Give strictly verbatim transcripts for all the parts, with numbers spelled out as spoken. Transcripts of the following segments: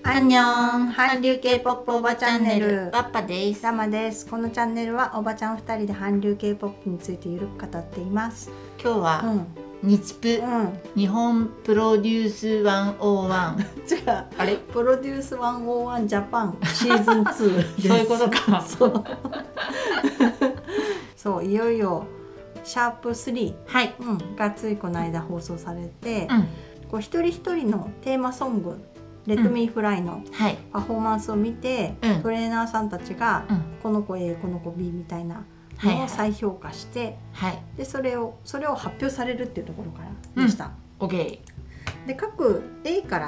アンニョン、韓流 K-ポップ おばチャンネル、 パッパです。 ラマです。このチャンネルはおばちゃんふたりで韓流 K-ポップ についてゆるく語っています。 今日は、 うん日プ、 うん、 日本プロデュースひゃくワン違う、 あれプロデュースひゃくワンジャパンシーズンツーですそういうことか。 そうそう、いよいよシャープスリー、 はい、 うん、がついこの間放送されて、 うん、 こう一人一人のテーマソングレッドミーフライのはいパフォーマンスを見て、 うんトレーナーさんたちが、 うんこの子 A この子 B みたいなはいはいのを再評価して、 はいでそれをそれを発表されるっていうところからでした、 オッケで各 A から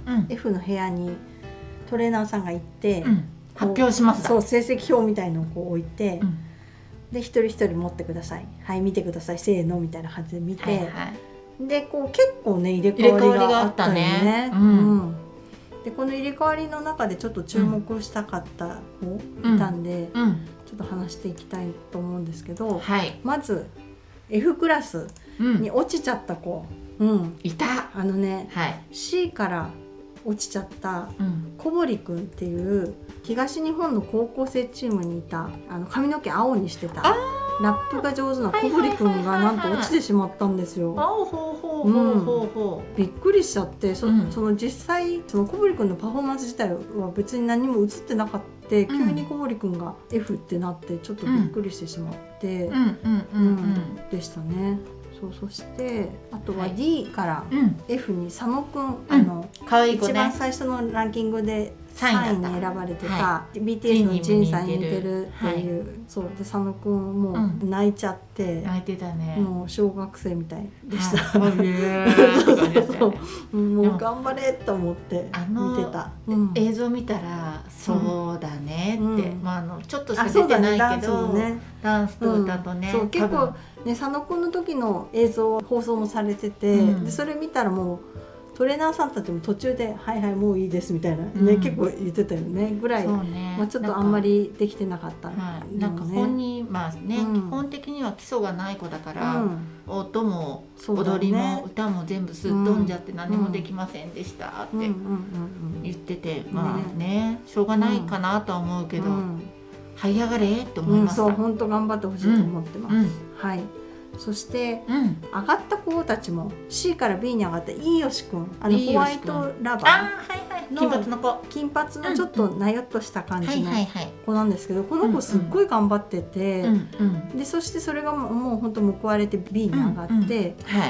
F の部屋にトレーナーさんが行って、 ー、うん、発表しますだ。 そう成績表みたいのをこう置いて、 うん、 で一人一人持ってください、はい見てくださいせーのみたいな感じで見て、 はいはい、 でこう結構ね入れ替わりがあったよね。 入れ替わりがあったね。 ううんんでこの入れ替わりの中でちょっと注目したかった子いたんで、 うん、 ちょっと話していきたいと思うんですけど、 はい、 まず F クラスうんに落ちちゃった子、うん、 いた。 あのね、 はい、 C から落ちちゃったうん、 小堀くんっていう東日本の高校生チームにいたあの髪の毛青にしてたラップが上手な小堀くんがなんと落ちてしまったんですよ。 あおほうほうほうほうほびっくりしちゃって、そ, うんその実際その小堀くんのパフォーマンス自体は別に何も映ってなかった、急に小堀くんが F ってなってちょっとびっくりしてしまって、 う。うんうんうんうんでしたね。そうそしてあとははい D からうん。 F に佐野くん、あの可愛い子一番ね。 最初のランキングでさんいに選ばれてた、 はビーティーエス のジンさんに似てジンにも似るっていう、そうで佐野くんもう泣いちゃって、 泣いてたね。 もう小学生みたいでした。 はいへーって感じでしたよね。 もう頑張れと思ってあの見てた。うん映像見たらそうだねって、 うんまあ、あのちょっとしあかそうだね、 出てなダンスいけど、 もね。 ダンスと歌とね、 そう結構多分ね、佐野くんの時の映像放送もされてて、 うんでそれ見たらもうトレーナーさんたちも途中で「はいはいもういいです」みたいなね、 うん結構言ってたよねぐらい、 そうね、 まあ、ちょっとあんまりできてなかったなんか、はい、 のなんか本人まあね、 うん基本的には基礎がない子だから、 うん音もそうだね踊りも歌も全部すっ飛んじゃって何もできませんでしたってうんうんうん言ってて、まあねしょうがないかなとは思うけど、 うん這い上がれって思うん、 いました。 そう本当頑張ってほしいと思ってます、 うんはい。そしてうん、 上がった子たちも C から B に上がった飯吉くん、あの飯吉くんホワイトラバーあーはいはいの金髪の子、 金髪のちょっとなよっとした感はいじのはいはい、 子なんですけど、この子すっごい頑張ってて、 うんうん、 でそしてそれがもうもう本当報われて B に上がって、 うんうんはい、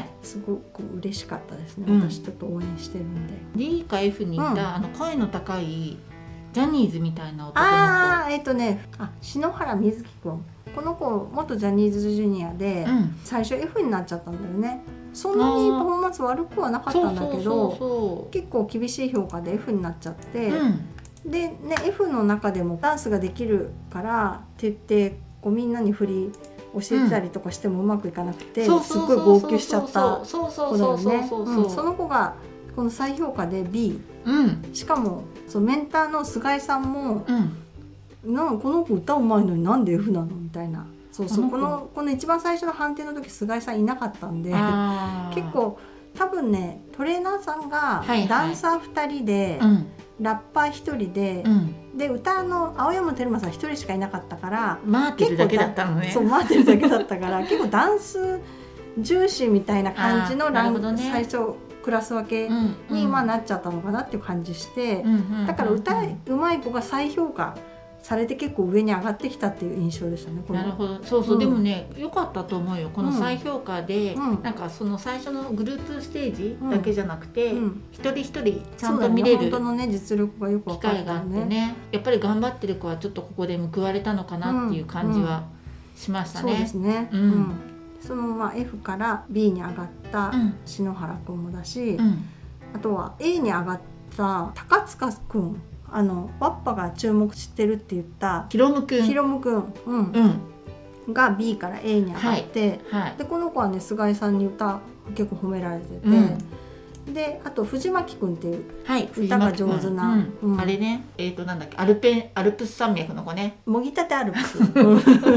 すごく嬉しかったですね、 うん私ちょっと応援してるんで。 D か F にいた、 うんあの声の高いジャニーズみたいな男の子、 ああえっ、とねあ篠原瑞生くん、この子元ジャニーズジュニアで、 うん、 最初 F になっちゃったんだよね。そんなにパフォーマンス悪くはなかったんだけど、 そうそうそうそ結構厳しい評価で F になっちゃって、 う、うんでね F の中でもダンスができるからって言ってこうみんなに振り教えてたりとかしてもうまくいかなくて、 そうすっごい号泣しちゃったそうそう子だよね。 そうそうそううんその子がこの再評価で B、 うんしかもそうメンターの菅井さんもうんなんこの子歌うまいのになんで F なのみたいな、そうそうここの子のこの一番最初の判定の時菅井さんいなかったんであー結構多分ねトレーナーさんがはいはいダンサーふたりで、 うんラッパーひとりで、 うんで歌の青山テルマさんひとりしかいなかったから回ってるだけだったのね。 そう回ってるだけだったから結構ダンス重視みたいな感じのあーラン、 なるほどね最初クラス分けうんうんにまあなっちゃったのかなっていう感じして、 うんうんうんだから歌うまい子が再評価されて結構上に上がってきたっていう印象でしたね。このなるほど、そうそう、 うんでもね良かったと思うよこの再評価で、 うんなんかその最初のグループステージだけじゃなくて、 うん一人一人ちゃそうんだねと見れる本当のね実力がよく分かっ機会があたよね。 ってね、やっぱり頑張ってる子はちょっとここで報われたのかなっていう感じはしましたそうでね。 すね。 うんうんそのまま F から B に上がったうん篠原くんもだし、 うんあとは A に上がった高塚くん、あのワッパが注目してるって言ったひろむくん、 ひろむくん、うんうん、 が B から A に上がって、 はい、 でこの子はね菅井さんに歌結構褒められてて、 うん、 であと藤巻くんっていうはい、 歌が上手な、 うんうんあれね、えっ、ー、となんだっけ、アルペンアルプス山脈の子ね。 もぎたてアルプス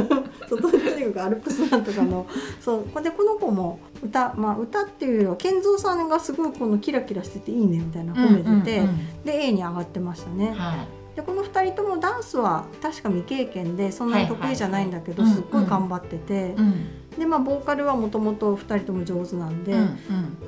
そうとにかくアルプスなんとかのそうでこの子も歌、まあ、歌っていうよりは健三さんがすごいこのキラキラしてていいねみたいな褒めてて、 うんうんうん、 で エー に上がってましたね。はい、でこのふたりともダンスは確か未経験でそんなに得意じゃないんだけど、すっごい頑張ってて、うんうん、でまあボーカルはもともとふたりとも上手なんで、うんうん、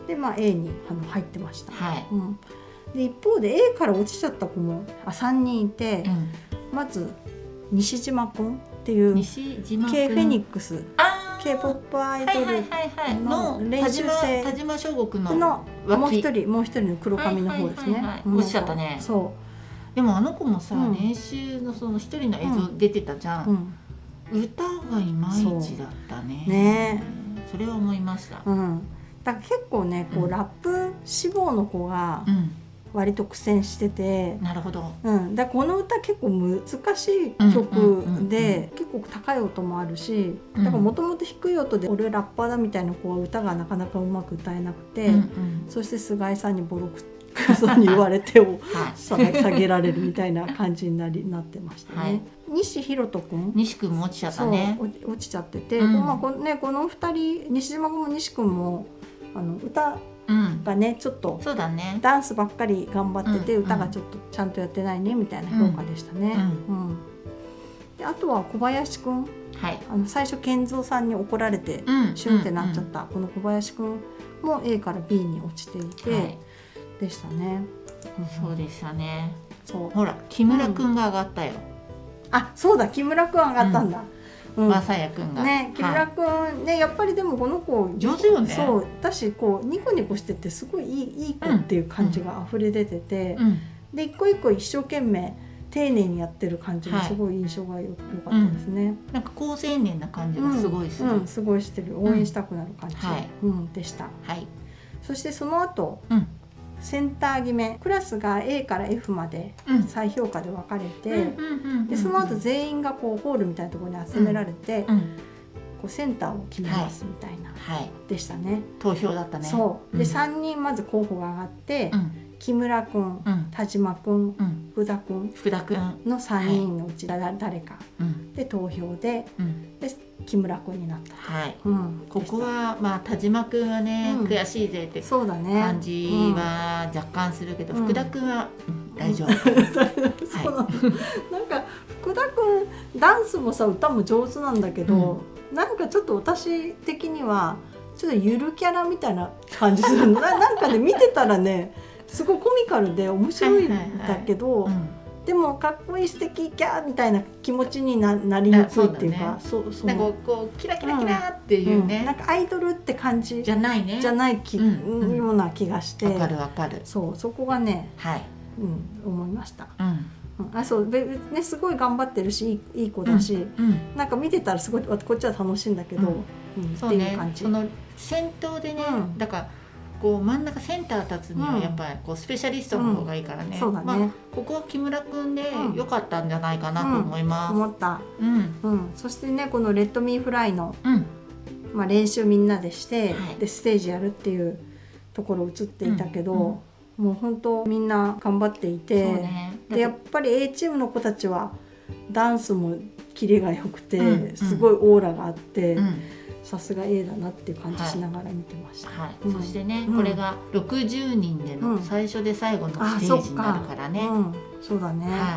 でまあ エー にあの入ってました。はい、うん、で一方で エー から落ちちゃった子もあさんにんいて、うん、まず西島くんっていう K フェニックス K-ポップ アイドルの練習生田島翔吾くんのもう一人もう一人の黒髪の方ですね。 落ちちゃったね。そうでもあの子もさ、うん、練習のその一人の映像出てたじゃん、うん、歌がいまいちだったね。ね、それは思いました。 うん、だから結構ねこう、うん、ラップ志望の子が、うん割と苦戦してて、 なるほど、 うん、だからこの歌結構難しい曲で結構高い音もあるし、だからもともと低い音で俺ラッパーだみたいな子は歌がなかなかうまく歌えなくて、うんうん、そして菅井さんにボロクソに言われてを下げられるみたいな感じになりなってましたね。はい、西ひろとくん西くんも落ちちゃったね。 そう落ちちゃってて、うんまあこのね、このふたり西島くんも西くんもあの歌がね、うん、ちょっとそうだね、 ダンスばっかり頑張ってて、うん、歌がちょっとちゃんとやってないねみたいな評価でしたね。うんうん、であとは小林くん、はい、あの最初健三さんに怒られて、うん、シュンってなっちゃった、うん、この小林くんも エー から ビー に落ちていて、はい、でしたね。 うん、そうでしたね。そうほら木村くんが上がったよ。 うん、あそうだ木村くん上がったんだ。 うん、まさやくんがね、木村くん、はい、ねやっぱりでもこの子上手よね。 そう私こうニコニコしててすごいいい、いい子っていう感じが溢れ出てて、うん、で一個一個一生懸命丁寧にやってる感じがすごい印象が よ,、はい、よかったですね。うん、 なんか高青年な感じがすごいする、 うんうん、すごいしてる応援したくなる感じ、うんはいうん、でした。はい、そしてその後、うんセンター決めクラスが エー から エフ まで再評価で分かれて、でその後全員がこうホールみたいなところに集められて、うん、こうセンターを決めますみたいな、はい、でしたね。 投票だったね。 そうで、うん、さんにんまず候補が上がって、うん、木村くん、うん、田島くん、うん、福田くん福田くんのさんにんのうち誰か、はい、で投票で、うん、で木村くんになった。はい、 うん、ここはまあ田島くんはね、うん、悔しいぜって感じは若干するけど、うん、福田くんは、うん、大丈夫。 そうなんか福田くんダンスもさ歌も上手なんだけど、うん、なんかちょっと私的にはちょっとゆるキャラみたいな感じするの。な, なんかね見てたらねすごいコミカルで面白いんだけど、でもかっこいい素敵キャーみたいな気持ちに な, なりにくいっていうか、 そうそうなんかこうキラキラキラっていうね、 うんうん、なんかアイドルって感じじゃないねじゃないき、うんうん、ような気がして、 わかるわかる。 そうそこがね、はいうん、思いました。うんあそうね、すごい頑張ってるしいい, いい子だし、うんうん、なんか見てたらすごいこっちは楽しいんだけど、うんうん、っていう感じ。 その先頭でね、うん、だからこう真ん中センター立つにはやっぱりこうスペシャリストの方がいいからね、うんそうだねまあ、ここは木村くんで良かったんじゃないかなと思います、 うんうん、思った、うんうん、そしてねこのレッドミーフライの、うんまあ、練習みんなでして、はい、でステージやるっていうところ映っていたけど、うんうんもう本当みんな頑張っていて、ね、でやっぱり A チームの子たちはダンスもキレが良くて、うん、すごいオーラがあって、うん、さすが A だなっていう感じしながら見てました、 はいはいうん、そしてね、うん、これがろくじゅうにんでの最初で最後のステージになるからね、 うん、そうだね、はい、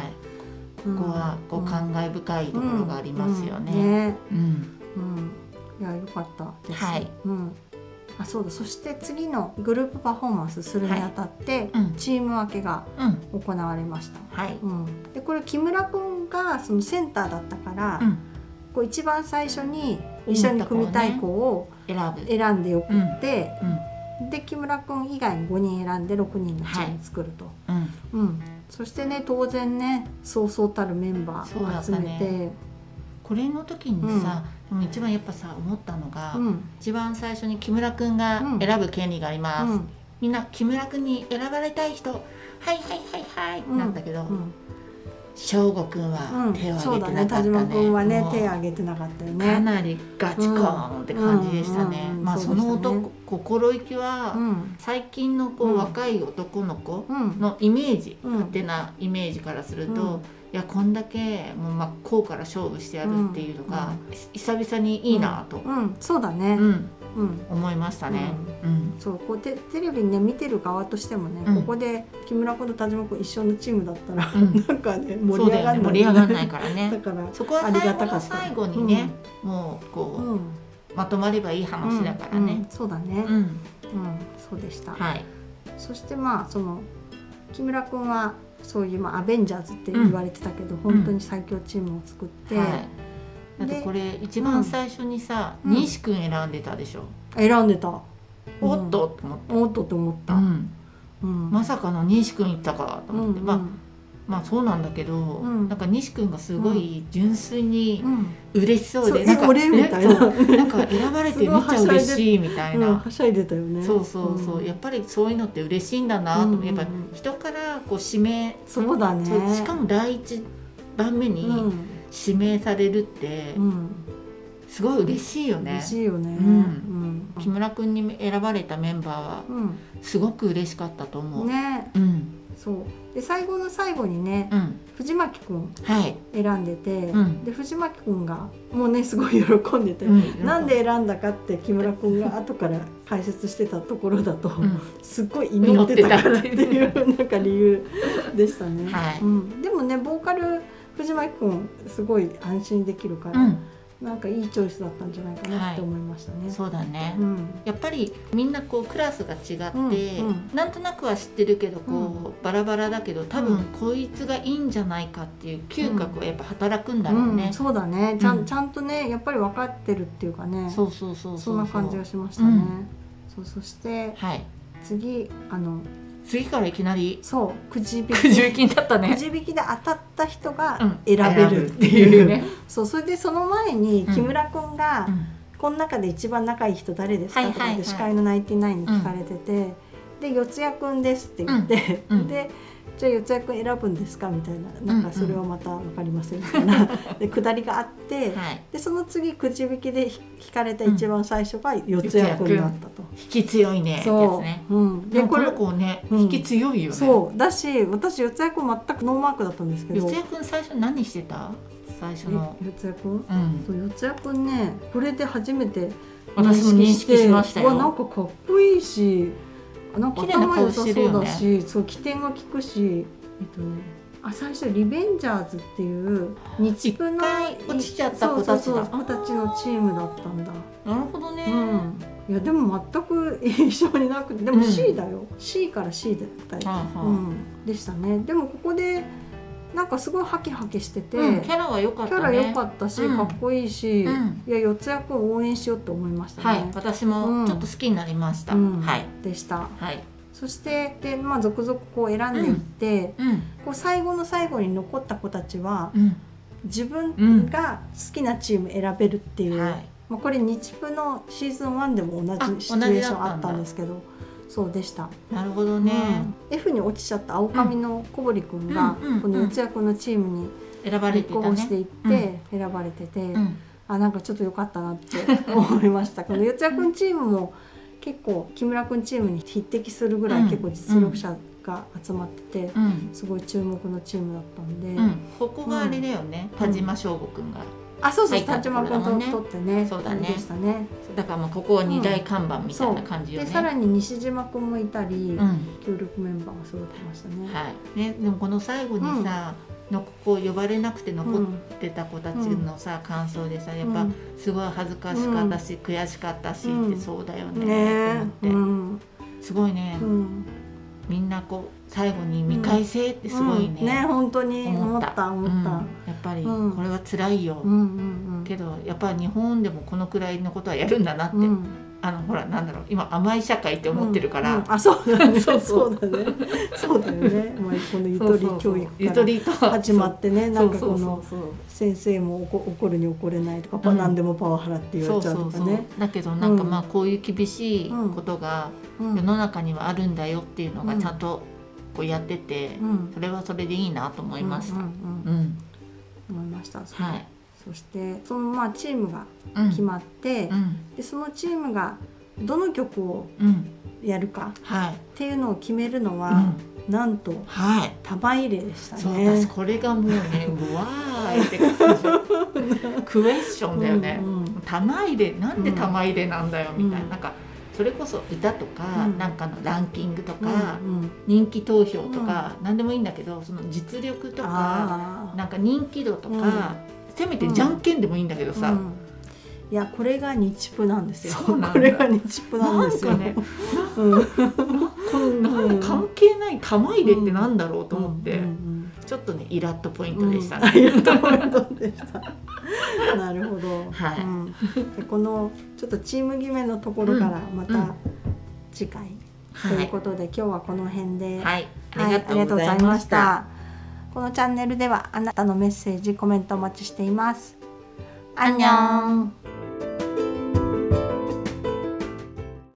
ここはこう感慨深いところがありますよね、うんねうんうん、いや良かったです、はいうんあそうだそして次のグループパフォーマンスするにあたって、はいうん、チーム分けが行われました、はいうん、でこれ木村くんがそのセンターだったから、うん、こう一番最初に一緒に組みたい子を選んでよくって、うんうん、で木村くん以外にごにん選んでろくにんのチーム作ると、はいうんうん、そしてね当然ねそうそうたるメンバーを集めて、 これの時にさ、うん、でも一番やっぱさ思ったのが、うん、一番最初に木村くんが選ぶ権利があります、うん、みんな木村くんに選ばれたい人はいはいはいはい、うん、なんだけど、翔吾くんは手を挙げてなかったね、うん、そうだね田島くんはね手を挙げてなかったよね。 かなりガチコーンって感じでしたね。まあその男心意気は、うん、最近のこう、うん、若い男の子のイメージ、うん、勝手なイメージからすると、うんいやこんだけもう真っ向から勝負してやるっていうのが、うん、久々にいいなと、 うんうん、そうだね、 うんうん、思いましたね、 うんうん、そうこうテレビね見てる側としてもね、うん、ここで木村君と田島君一緒のチームだったら、うん、なんかね盛り上がらない、ね、 盛り上がらないからねだからそこは最後の最後にね、うん、もうこう、うん、まとまればいい話だからね、 うんうん、そうだね、うんうん、そうでした、はい、そしてまあその木村君はそういう、まあ、アベンジャーズって言われてたけど、うん、本当に最強チームを作って、はいだってこれ一番最初にさ、うん、西君選んでたでしょ。 選んでた。 おっとって思った。 おっとって思った、うんうん、まさかの西君いったかと思って、うんうん、まあまあそうなんだけど、うん、なんか西君がすごい純粋に嬉しそうで、うん、なんか俺みたいななんか選ばれてめっちゃ嬉しいみたいな、 はしゃいでたよね。 そうそうそう、うん、やっぱりそういうのって嬉しいんだなと、うんうん、やっぱ人からこう指名、 そうだね、 しかも第一番目に、うん指名されるって、うん、すごい嬉しいよね。 嬉しいよね、うんうん、木村君に選ばれたメンバーはすごく嬉しかったと思う。 ね、うん、そうで最後の最後にね、うん、藤巻君選んでて、はい、で藤巻君がもうねすごい喜んでて、うん、なんで選んだかって木村君が後から解説してたところだと、うん、すっごい祈ってたからっていうなんか理由でしたね。はいうん、でもねボーカル藤巻君すごい安心できるから、うん、なんかいいチョイスだったんじゃないかなって思いましたね。 はい、そうだね、うん、やっぱりみんなこうクラスが違って、うんうん、なんとなくは知ってるけどこう、うん、バラバラだけど多分こいつがいいんじゃないかっていう嗅覚はやっぱ働くんだろうね。 うんうん、そうだねちゃん、うん、ちゃんとねやっぱり分かってるっていうかねそうそうそうそうそんな感じがしましたね。うん、そうそして、はい、次あの次からいきなりそうくじ引きくじ引きだったね。 くじ引きで当たった人が選べるっていう、うん、ね、そうそれでその前に木村君が、うん、この中で一番仲いい人誰ですか、はいはいはい、とかで司会のナインティナインに聞かれてて、うん、で四谷君ですって言って、うん、でじゃあ四谷君選ぶんですかみたいな、なんかそれはまた分かりませんみたいなでくだりがあって、はい、でその次くじ引きで引かれた一番最初が四谷君だったと。 引き強いねそう、 ね、 うん、 でこの子ね、うん、引き強いよね。 そうだし私四谷君全くノーマークだったんですけど。 四谷君最初何してた？最初の四谷君、うん、そう四谷君ねこれで初めて私も認識しましたよ。 わなんかかっこいいしなんか頭良さそうだし、そう起点が効くし、えっとね、あ最初リベンジャーズっていう日プの落ちちゃった子たちだ。 子たちのチームだったんだ。 なるほどね。 うん、いやでも全く印象になくて、でも C だよ。うん、C から C だったり、うん、でしたね。でもここでなんかすごいハキハキしてて、 うん、キャラは良かったね。 キャラ良かったし、うん、かっこいいし、うん、いや四谷君を応援しようと思いましたね。 はい、私もちょっと好きになりました。うん、はい、 でした。 はい。 そしてで、まあ、続々こう選んでいって、うん、こう最後の最後に残った子たちは、うん、自分が好きなチーム選べるっていう、うんはい、まあ、これ日プのシーズンワンでも同じシチュエーションあったんですけど、そうでした。 なるほどね、 うん、F に落ちちゃった青髪の小堀君が、うん、この四谷君のチームに立候補していって選ばれてて、うん、あなんかちょっと良かったなって思いました。この四谷君チームも結構木村君チームに匹敵するぐらい結構実力者が集まってて、うん、すごい注目のチームだったんで、うん、 ここがあれだよね、うん、田島翔吾君が、 あそうそう田島君と取ってね、 そうだね、 でしたね。 だからもうここは二大看板みたいな感じよね。 でさらに西島君もいたり、協力メンバーが揃ってましたね。 はいね、でもこの最後にさ、のこう呼ばれなくて残ってた子たちのさ、うん、感想でさやっぱすごい恥ずかしかったし、うん、悔しかったし、うん、ってそうだよね、ねって思って、うん、すごいね、うん、みんなこう最後に見返せってすごいね、 うん、ね本当に思った思った、うん、 やっぱりこれは辛いよ、うんうんうん、けどやっぱり日本でもこのくらいのことはやるんだなって、うん、あのほらなんだろう今甘い社会って思ってるから、 うんうん、あそうだねそうそうだねそうだよね、まあ、このゆとり教育から始まってね、なんかこの先生も怒るに怒れないとか、うん、何でもパワハラって言われちゃうとかね。そうそうそうだけどなんかまあこういう厳しいことが世の中にはあるんだよっていうのがちゃんとこうやってて、うん、それはそれでいいなと思いました。うんうんうんうん、 思いました。はい。そしてそのまあチームが決まって、うん、でそのチームがどの曲をやるか、 はい、 っていうのを決めるのは、うん、なんと、はい、玉入れでしたね。 そう私これがもうねうわーいって感じクエスチョンだよね、うんうん、玉入れなんで玉入れなんだよみたいな、うん、なんかそれこそ歌とか、うん、なんかのランキングとか、うんうん、人気投票とか、うん、何でもいいんだけど、その実力とかなんか人気度とか、うん、せめてじゃんけんでもいいんだけどさ、うんうん、 いやこれが日プなんですよ。そうなんだ、これが日プなんですよ。なんかね、 こんな関係ない玉入れってなんだろうと思って、うんうんうん、ちょっとねイラッとポイントでしたね。 うん、イラッとポイントでした。なるほど。はい。うん、でこのちょっとチーム決めのところからまた次回、うんうん、ということで、はい、今日はこの辺で、 はい、 ありがとうございました。このチャンネルではあなたのメッセージ、コメントお待ちしています。アンニョン。